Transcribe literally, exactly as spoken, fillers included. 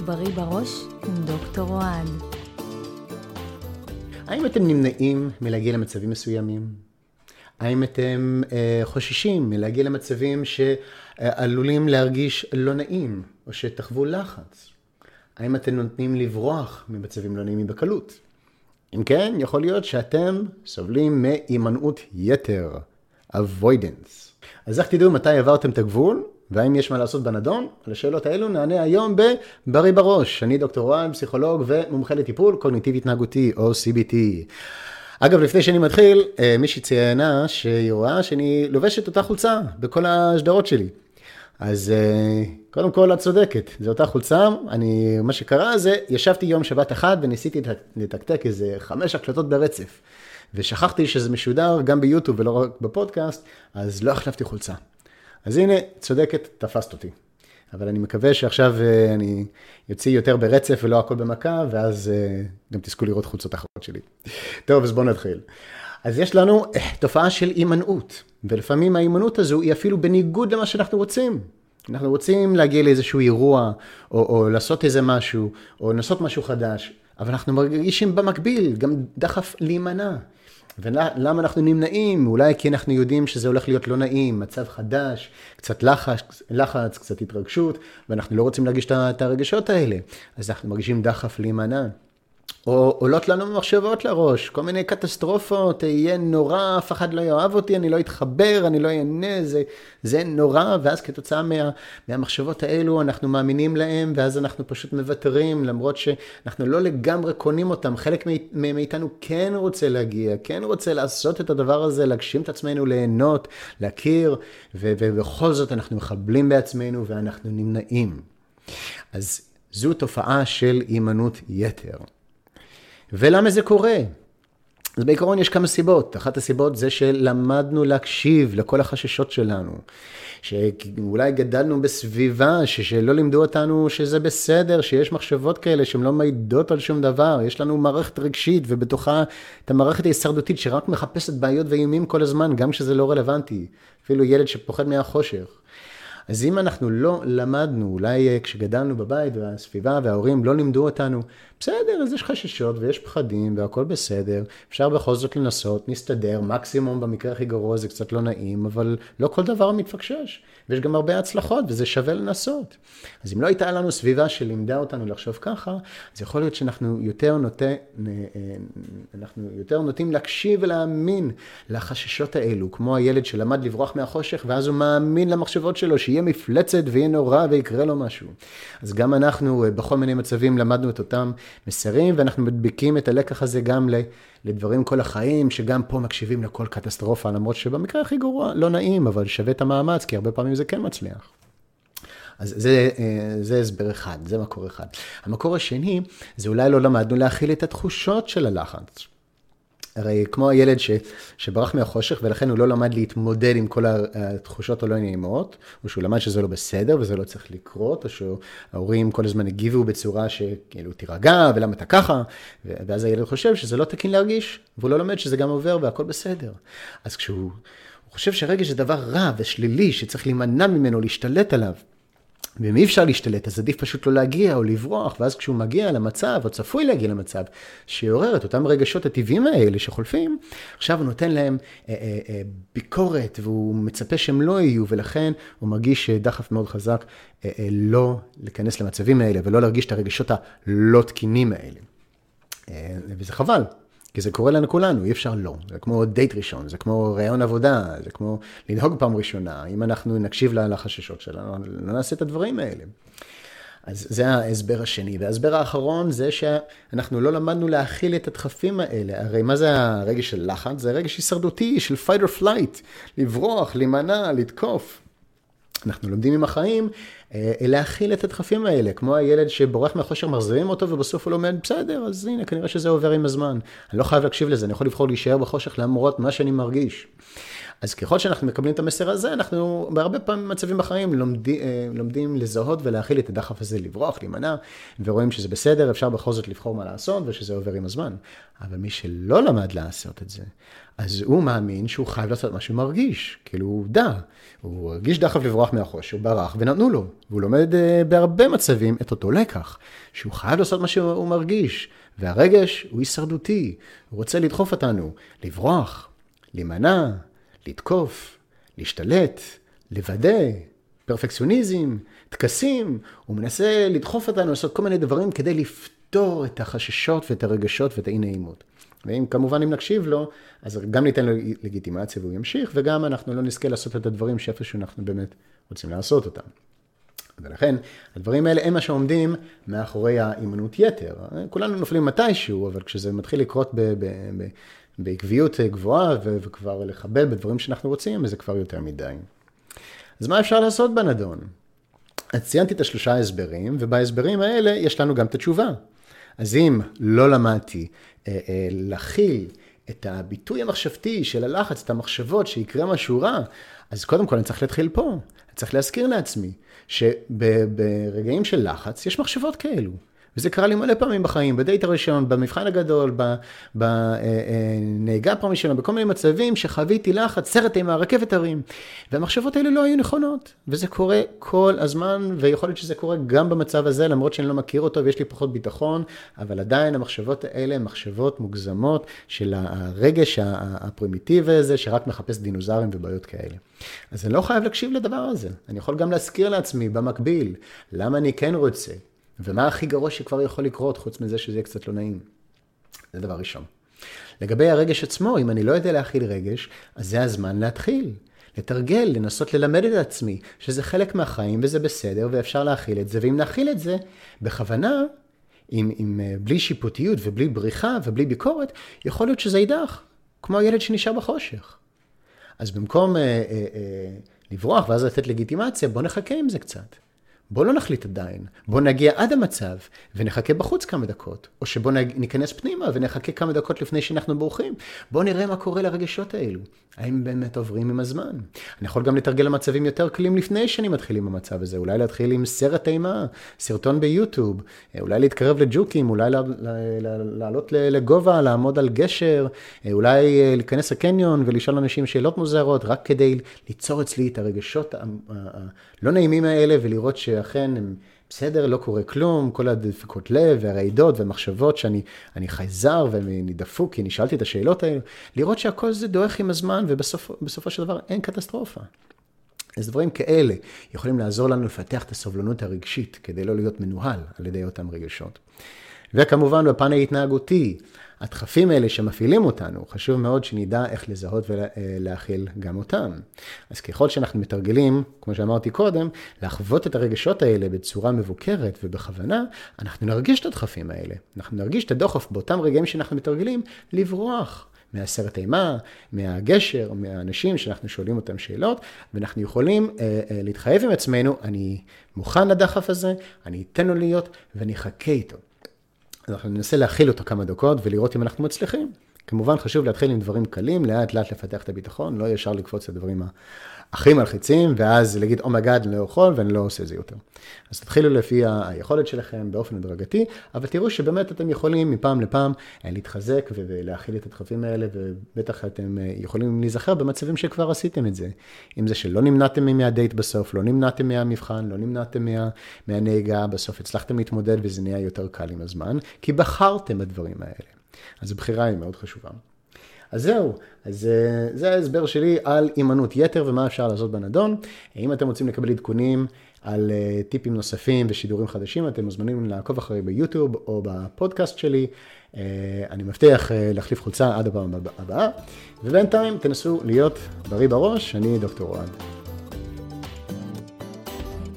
בריא בראש עם דוקטור אוהד. האם אתם נמנעים מלהגיע למצבים מסוימים? האם אתם אה, חוששים מלהגיע למצבים שעלולים להרגיש לא נעים או שתחוו לחץ? האם אתם נותנים לברוח ממצבים לא נעימים בקלות? אם כן, יכול להיות שאתם סובלים מהימנעות יתר, avoidance. אז איך תדעו מתי עברתם את הגבול? והאם יש מה לעשות בנדון? על השאלות האלו נענה היום בבריא בראש. אני דוקטור אוהד, פסיכולוג ומומחה לטיפול קוגניטיבי התנהגותי או סי בי טי. אגב, לפני שאני מתחיל, מישהי ציינה שהיא רואה שאני לובש את אותה חולצה בכל השדרות שלי. אז קודם כל את צודקת, זו אותה חולצה. אני, מה שקרה זה, ישבתי יום שבת אחד וניסיתי לתקתק איזה חמש הקלטות ברצף. ושכחתי שזה משודר גם ביוטיוב ולא רק בפודקאסט, אז לא החלפתי חולצה. אז הנה, צודקת, תפסת אותי. אבל אני מקווה שעכשיו אני יוציא יותר ברצף ולא הכל במכה, ואז גם תזכו לראות חולצות אחרות שלי. טוב, אז בואו נתחיל. אז יש לנו תופעה של הימנעות, ולפעמים ההימנעות הזו היא אפילו בניגוד למה שאנחנו רוצים. אנחנו רוצים להגיע לאיזשהו אירוע, או, או לעשות איזה משהו, או לעשות משהו חדש, אבל אנחנו מרגישים במקביל, גם דחף להימנע. ולמה אנחנו נמנעים? אולי כי אנחנו יודעים שזה הולך להיות לא נעים, מצב חדש, קצת לחץ, לחץ, קצת התרגשות, ואנחנו לא רוצים להרגיש את הרגשות האלה. אז אנחנו מרגישים דחף להימנע. או עולות לנו מחשבות לראש, כל מיני קטסטרופות, יהיה נורא, אף אחד לא יאהב אותי, אני לא אתחבר, אני לא אענה, זה, זה נורא, ואז כתוצאה מה, מהמחשבות האלו אנחנו מאמינים להם, ואז אנחנו פשוט מוותרים, למרות שאנחנו לא לגמרי קונים אותם, חלק מאיתנו כן רוצה להגיע, כן רוצה לעשות את הדבר הזה, להגשים את עצמנו, ליהנות, להכיר, ו- ובכל זאת אנחנו מחבלים בעצמנו, ואנחנו נמנעים. אז זו תופעה של הימנעות יתר. ולמה זה קורה? אז בעיקרון יש כמה סיבות. אחת הסיבות זה שלמדנו להקשיב לכל החששות שלנו. שאולי גדלנו בסביבה שלא לימדו אותנו שזה בסדר, שיש מחשבות כאלה שהן לא מעידות על שום דבר. יש לנו מערכת רגשית ובתוכה את המערכת ההישרדותית שרק מחפשת בעיות ואיומים כל הזמן, גם כשזה לא רלוונטי. אפילו ילד שפוחד מהחושך. אז אם אנחנו לא למדנו, אולי כשגדלנו בבית והסביבה וההורים לא לימדו אותנו, בסדר, אז יש חששות ויש פחדים והכל בסדר, אפשר בכל זאת לנסות, נסתדר, מקסימום במקרה הכי גרוע זה קצת לא נעים, אבל לא כל דבר מתפקשש, ויש גם הרבה הצלחות וזה שווה לנסות. אז אם לא הייתה לנו סביבה שלימדה אותנו לחשוב ככה, אז יכול להיות שאנחנו יותר, נוטה, אנחנו יותר נוטים להקשיב ולהאמין לחששות האלו, כמו הילד שלמד לברוח מהחושך, ואז הוא מאמין למחשבות שלו שיהיה מפלצת ויהיה נורא ויקרה לו משהו. אז גם אנחנו בכל מיני מצבים למדנו את אותם מסרים, ואנחנו מדביקים את הלקח הזה גם לדברים כל החיים, שגם פה מקשיבים לכל קטסטרופה, למרות שבמקרה הכי גרוע לא נעים, אבל שווה את המאמץ, כי הרבה פעמים זה כן מצליח. אז זה, זה הסבר אחד, זה מקור אחד. המקור השני, זה אולי לא למדנו להכיל את התחושות של הלחץ. הרי כמו הילד ש, שברח מהחושך, ולכן הוא לא למד להתמודד עם כל התחושות הלא נעימות, או שהוא למד שזה לא בסדר, וזה לא צריך לקרות, או שההורים כל הזמן הגיבו בצורה שכאילו תירגע, ולמה אתה ככה, ואז הילד חושב שזה לא תקין להרגיש, והוא לא לומד שזה גם עובר, והכל בסדר. אז כשהוא חושב שהרגש זה דבר רע ושלילי, שצריך להימנע ממנו, להשתלט עליו, ואם אי אפשר להשתלט, אז עדיף פשוט לא להגיע או לברוח, ואז כשהוא מגיע למצב, או צפוי להגיע למצב, שיעורר את אותם רגשות הטבעיים האלה שחולפים, עכשיו הוא נותן להם אה, אה, אה, ביקורת, והוא מצפה שהם לא יהיו, ולכן הוא מרגיש דחף מאוד חזק אה, אה, לא להיכנס למצבים האלה, ולא להרגיש את הרגשות הלא תקינים האלה. אה, וזה חבל. כי זה קורה לנו כולנו, אי אפשר לא. זה כמו דייט ראשון, זה כמו רעיון עבודה, זה כמו לנהוג פעם ראשונה. אם אנחנו נקשיב לחששות שלנו, לא נעשה את הדברים האלה. אז זה ההסבר השני. וההסבר האחרון זה שאנחנו לא למדנו להכיל את הדחפים האלה. הרי מה זה הרגש של לחץ? זה רגש הישרדותי של fight or flight, לברוח, להימנע, לתקוף. אנחנו לומדים עם החיים להכיל את הדחפים האלה, כמו הילד שבורח מהחושך, מחזירים אותו ובסוף הוא לומד בסדר, אז הנה, כנראה שזה עובר עם הזמן. אני לא חייב להקשיב לזה, אני יכול לבחור להישאר בחושך למרות מה שאני מרגיש. אז ככל שאנחנו מקבלים את המסר הזה, אנחנו בהרבה פעמים מצבים בחיים לומדים, לומדים לזהות ולהכיל את הדחף הזה, לברוח, להימנע, ורואים שזה בסדר, אפשר בכל זאת לבחור מה לעשות, ושזה עובר עם הזמן. אבל מי שלא למד לעשות את זה, אז הוא מאמין שהוא חייב לעשות מה שהוא מרגיש, כאילו הוא דע, הוא הרגיש דחף לברוח מהחוש, הוא ברח ונתנו לו, והוא לומד בהרבה מצבים את אותו לקח, שהוא חייב לעשות מה שהוא מרגיש, והרגש הוא הישרדותי, הוא רוצה לדחוף אותנו, לברוח, להימנע, לתקוף, להשתלט, לוודא, פרפקציוניזם, תקסים, הוא מנסה לדחוף אותנו לעשות כל מיני דברים כדי לפתור את החששות ואת הרגשות ואת האי נעימות. ואם כמובן אם נקשיב לו, אז גם ניתן לו לגיטימציה והוא ימשיך, וגם אנחנו לא נזכה לעשות את הדברים שאיפשהו אנחנו באמת רוצים לעשות אותם. ולכן, הדברים האלה הם מה שעומדים מאחורי האימנות יתר. כולנו נופלים מתישהו, אבל כשזה מתחיל לקרות ב- ב- ב- בעקביות גבוהה ו- וכבר לחבל בדברים שאנחנו רוצים, אז זה כבר יותר מדי. אז מה אפשר לעשות בנדון? אז ציינתי את השלושה הסברים, ובהסברים האלה יש לנו גם את התשובה. אז אם לא למדתי אה, אה, להכיל את הביטוי המחשבתי של הלחץ, את המחשבות שיקרה משהו רע, אז קודם כל אני צריך להתחיל פה. אני צריך להזכיר לעצמי שברגעים של לחץ יש מחשבות כאלו. וזה קרה לי מלא פעמים בחיים, בדייט הראשון, במבחן הגדול, בנהיגה פעם ראשונה, בכל מיני מצבים שחוויתי לחץ, סרט עם הרכבת הרים. והמחשבות האלה לא היו נכונות. וזה קורה כל הזמן, ויכול להיות שזה קורה גם במצב הזה, למרות שאני לא מכיר אותו ויש לי פחות ביטחון, אבל עדיין המחשבות האלה הן מחשבות מוגזמות של הרגש הפרימיטיבי הזה, שרק מחפש דינוזרים ובעיות כאלה. אז אני לא חייב להקשיב לדבר הזה. אני יכול גם להזכיר לעצמי במקביל, למה אני כן רוצה. ומה הכי גרוע שכבר יכול לקרות, חוץ מזה שזה יהיה קצת לא נעים. זה דבר ראשון. לגבי הרגש עצמו, אם אני לא יודע להכיל רגש, אז זה הזמן להתחיל. לתרגל, לנסות ללמד את עצמי, שזה חלק מהחיים וזה בסדר, ואפשר להכיל את זה. ואם להכיל את זה, בכוונה, עם, עם, בלי שיפוטיות ובלי בריחה ובלי ביקורת, יכול להיות שזה יידח, כמו הילד שנשאר בחושך. אז במקום אה, אה, אה, לברוח ואז לתת לגיטימציה, בוא נחכה עם זה קצת. בוא לא נחליט עדיין, בוא נגיע עד המצב ונחכה בחוץ כמה דקות, או שבוא ניכנס פנימה ונחכה כמה דקות לפני שאנחנו בורחים. בוא נראה מה קורה לרגשות האלו, האם באמת עוברים עם הזמן. אני יכול גם לתרגל למצבים יותר קלים לפני שאני מתחיל עם המצב הזה, אולי להתחיל עם סרט אימה, סרטון ביוטיוב, אולי להתקרב לג'וקים, אולי לעלות לגובה, לעמוד על גשר, אולי להיכנס לקניון ולשאול אנשים שאלות מוזרות, רק כדי ליצור אצלי את הרגשות הלא נעימים האלה ולראות ש אכן הם בסדר, לא קורה כלום, כל הדפיקות לב והרעידות והמחשבות שאני אני חייזר ואני דפוק, כי נשאלתי את השאלות האלה, לראות שהכל זה דועך עם הזמן ובסופו של דבר אין קטסטרופה. אז דברים כאלה יכולים לעזור לנו לפתח את הסובלנות הרגשית, כדי לא להיות מנוהל על ידי אותם רגשות. וכמובן בפן ההתנהגותי, הדחפים האלה שמפעילים אותנו, חשוב מאוד שנדע איך לזהות ולהכיל גם אותם. אז ככל שאנחנו מתרגלים, כמו שאמרתי קודם, לחוות את הרגשות האלה בצורה מבוקרת ובכוונה, אנחנו נרגיש את הדחפים האלה. אנחנו נרגיש את הדוחף באותם רגעים שאנחנו מתרגלים לברוח מהסרט אימה, מהגשר, מהאנשים שאנחנו שואלים אותם שאלות, ואנחנו יכולים אה, אה, להתחייב עם עצמנו, אני מוכן לדחף הזה, אני אתן לו להיות ואני אחכה איתו. אז אנחנו ננסה להכיל אותו כמה דקות ולראות אם אנחנו מצליחים. כמובן חשוב להתחיל עם דברים קלים, לאט לאט לפתח את הביטחון, לא ישר לקפוץ את הדברים הכי מלחיצים, ואז להגיד, "Oh my God, אני לא יכול ואני לא עושה זה יותר." אז תתחילו לפי היכולת שלכם באופן הדרגתי, אבל תראו שבאמת אתם יכולים מפעם לפעם להתחזק ולהכיל את הדחפים האלה, ובטח אתם יכולים להיזכר במצבים שכבר עשיתם את זה. אם זה שלא נמנעתם מהדייט בסוף, לא נמנעתם מהמבחן, לא נמנעתם מה, מהנהיגה, בסוף הצלחתם להתמודד וזה נהיה יותר קל עם הזמן, כי בחרתם בדברים האלה. אז הבחירה היא מאוד חשובה. אז זהו, אז זה ההסבר שלי על אימנות יתר ומה אפשר לעשות בנדון. אם אתם רוצים לקבל עדכונים על טיפים נוספים ושידורים חדשים, אתם מוזמנים לעקוב אחרי ביוטיוב או בפודקאסט שלי. אני מבטיח להחליף חולצה עד הפעם הבאה, ובינתיים תנסו להיות בריא בראש. אני דוקטור אוהד.